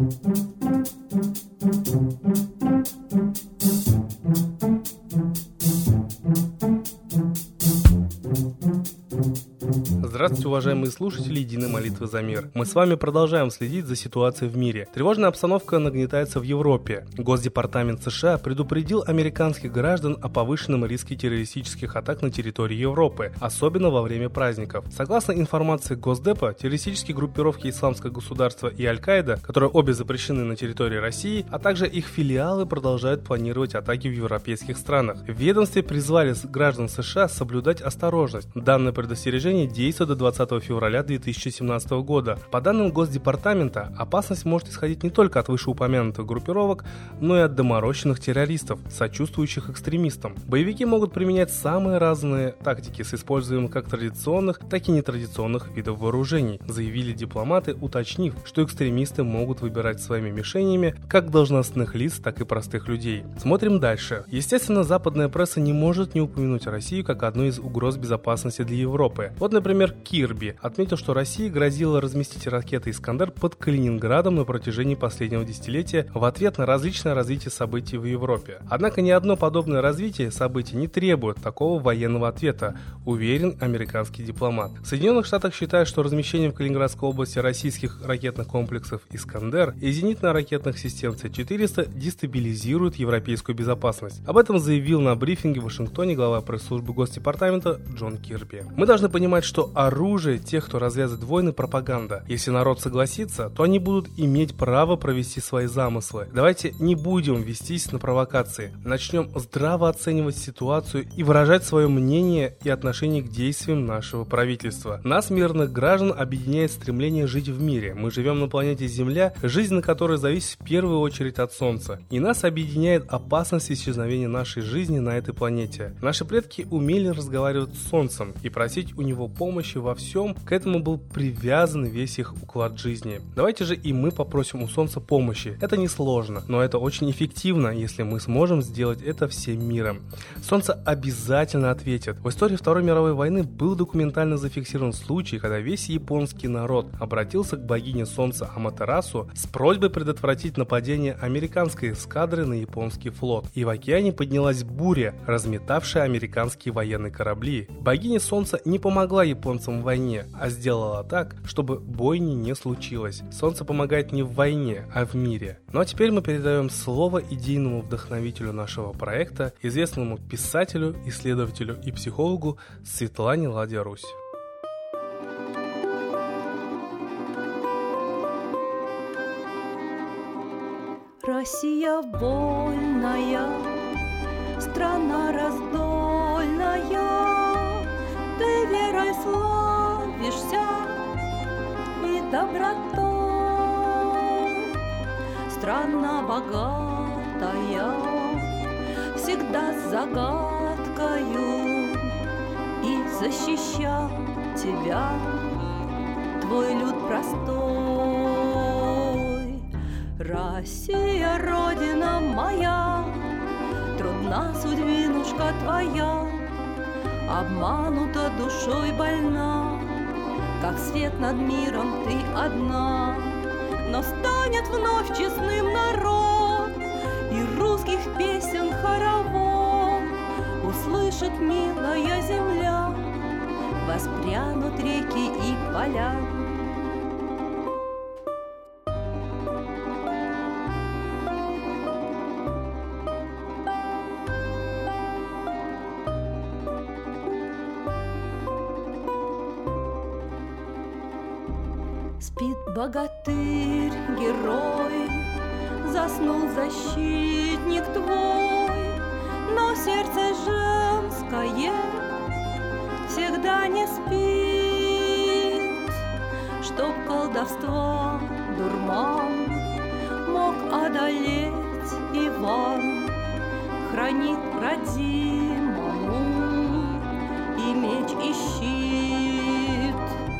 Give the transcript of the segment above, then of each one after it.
Здравствуйте, уважаемые слушатели Единой молитвы за мир. Мы с вами продолжаем следить за ситуацией в мире. Тревожная обстановка нагнетается в Европе. Госдепартамент США предупредил американских граждан о повышенном риске террористических атак на территории Европы, особенно во время праздников. Согласно информации Госдепа, террористические группировки Исламское государство и Аль-Каида, которые обе запрещены на территории России, а также их филиалы продолжают планировать атаки в европейских странах. В ведомстве призвали граждан США соблюдать осторожность. Данное предостережение действует до 20 февраля 2017 года. По данным Госдепартамента, опасность может исходить не только от вышеупомянутых группировок, но и от доморощенных террористов, сочувствующих экстремистам. Боевики могут применять самые разные тактики с использованием как традиционных, так и нетрадиционных видов вооружений, заявили дипломаты, уточнив, что экстремисты могут выбирать своими мишенями как должностных лиц, так и простых людей. Смотрим дальше. Естественно, западная пресса не может не упомянуть Россию как одну из угроз безопасности для Европы. Вот, например, Кирби отметил, что России грозило разместить ракеты «Искандер» под Калининградом на протяжении последнего десятилетия в ответ на различное развитие событий в Европе. Однако ни одно подобное развитие событий не требует такого военного ответа, уверен американский дипломат. В Соединенных Штатах считают, что размещение в Калининградской области российских ракетных комплексов «Искандер» и зенитно-ракетных систем С-400 дестабилизирует европейскую безопасность. Об этом заявил на брифинге в Вашингтоне глава пресс-службы Госдепартамента Джон Кирби. Мы должны понимать, что оружие тех, кто развязывает войны, пропаганда. Если народ согласится, то они будут иметь право провести свои замыслы. Давайте не будем вестись на провокации. Начнем здраво оценивать ситуацию и выражать свое мнение и отношение к действиям нашего правительства. Нас, мирных граждан, объединяет стремление жить в мире. Мы живем на планете Земля, жизнь на которой зависит в первую очередь от Солнца. И нас объединяет опасность исчезновения нашей жизни на этой планете. Наши предки умели разговаривать с Солнцем и просить у него помощи во всем, к этому был привязан весь их уклад жизни. Давайте же и мы попросим у Солнца помощи. Это несложно, но это очень эффективно, если мы сможем сделать это всем миром. Солнце обязательно ответит. В истории Второй мировой войны был документально зафиксирован случай, когда весь японский народ обратился к богине Солнца Аматерасу с просьбой предотвратить нападение американской эскадры на японский флот. И в океане поднялась буря, разметавшая американские военные корабли. Богиня Солнца не помогла японцам в войне, а сделала так, чтобы бойни не случилось. Солнце помогает не в войне, а в мире. Ну а теперь мы передаем слово идейному вдохновителю нашего проекта, известному писателю, исследователю и психологу Светлане Ладья Русь. Россия вольная, страна раздольная, ты верой славишься и добротой. Страна богатая, всегда с загадкою, и защищал тебя твой люд простой. Россия, родина моя, трудна судьбинушка твоя, обманута душой больна, как свет над миром ты одна. Но станет вновь честным народ, и русских песен хоровод услышит милая земля, воспрянут реки и поля. Спит богатырь, герой, заснул защитник твой, но сердце женское всегда не спит, чтоб колдовство дурман мог одолеть Иван, хранит родимому и меч, и щит.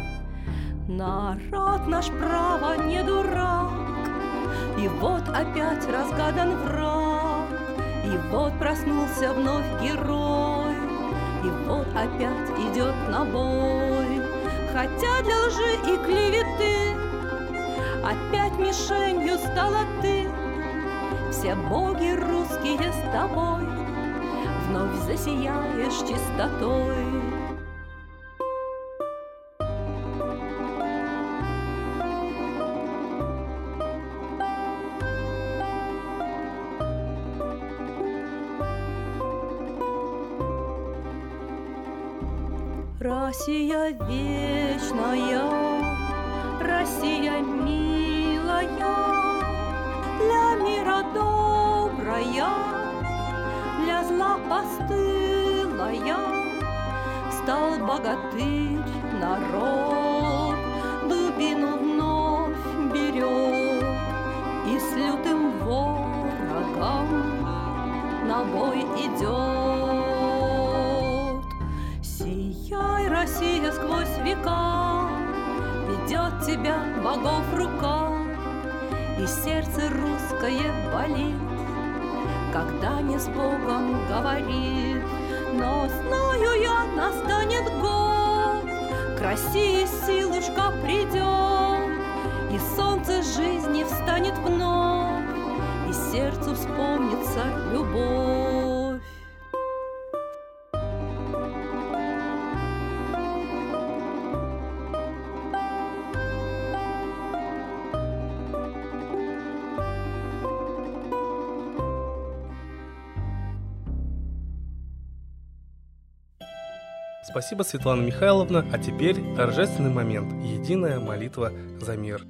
Народ наш, право, не дурак, и вот опять разгадан враг, и вот проснулся вновь герой, и вот опять идет на бой. Хотя для лжи и клеветы опять мишенью стала ты. Все боги русские с тобой вновь засияешь чистотой. Россия вечная, Россия милая, для мира добрая, для зла постылая. Стал богатырь народ, дубину вновь берет и с лютым ворогом на бой идет. Сияй, Россия, сквозь века, ведет тебя богов рука, и сердце русское болит, когда не с Богом говорит. Но знаю я, настанет год, к России силушка придет, и солнце жизни встанет вновь, и сердцу вспомнится любовь. Спасибо, Светлана Михайловна. А теперь торжественный момент. Единая молитва за мир.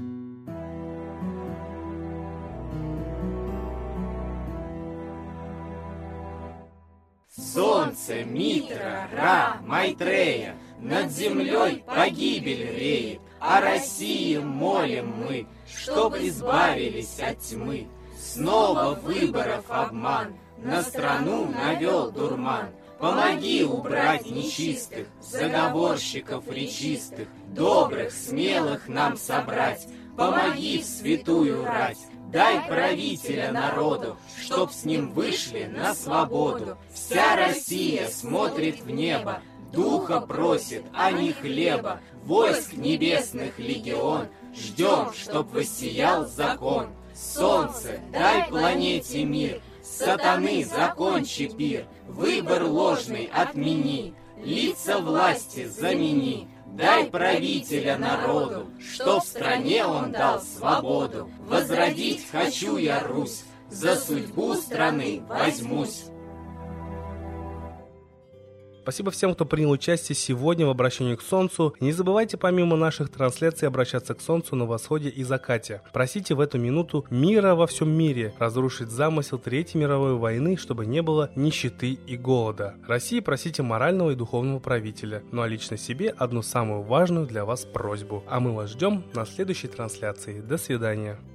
Солнце, Митра, Ра, Майтрея, над землей погибель реет, о России молим мы, чтоб избавились от тьмы. Снова выборов обман, на страну навел дурман. Помоги убрать нечистых, заговорщиков речистых, добрых, смелых нам собрать. Помоги в святую рать, дай правителя народу, чтоб с ним вышли на свободу. Вся Россия смотрит в небо, духа просит, а не хлеба. Войск небесных легион, ждем, чтоб воссиял закон. Солнце, дай планете мир, сатаны закончи пир, выбор ложный отмени, лица власти замени. Дай правителя народу, что в стране он дал свободу. Возродить хочу я Русь, за судьбу страны возьмусь. Спасибо всем, кто принял участие сегодня в обращении к Солнцу. Не забывайте помимо наших трансляций обращаться к Солнцу на восходе и закате. Просите в эту минуту мира во всем мире, разрушить замысел Третьей мировой войны, чтобы не было нищеты и голода. России просите морального и духовного правителя. Ну а лично себе одну самую важную для вас просьбу. А мы вас ждем на следующей трансляции. До свидания.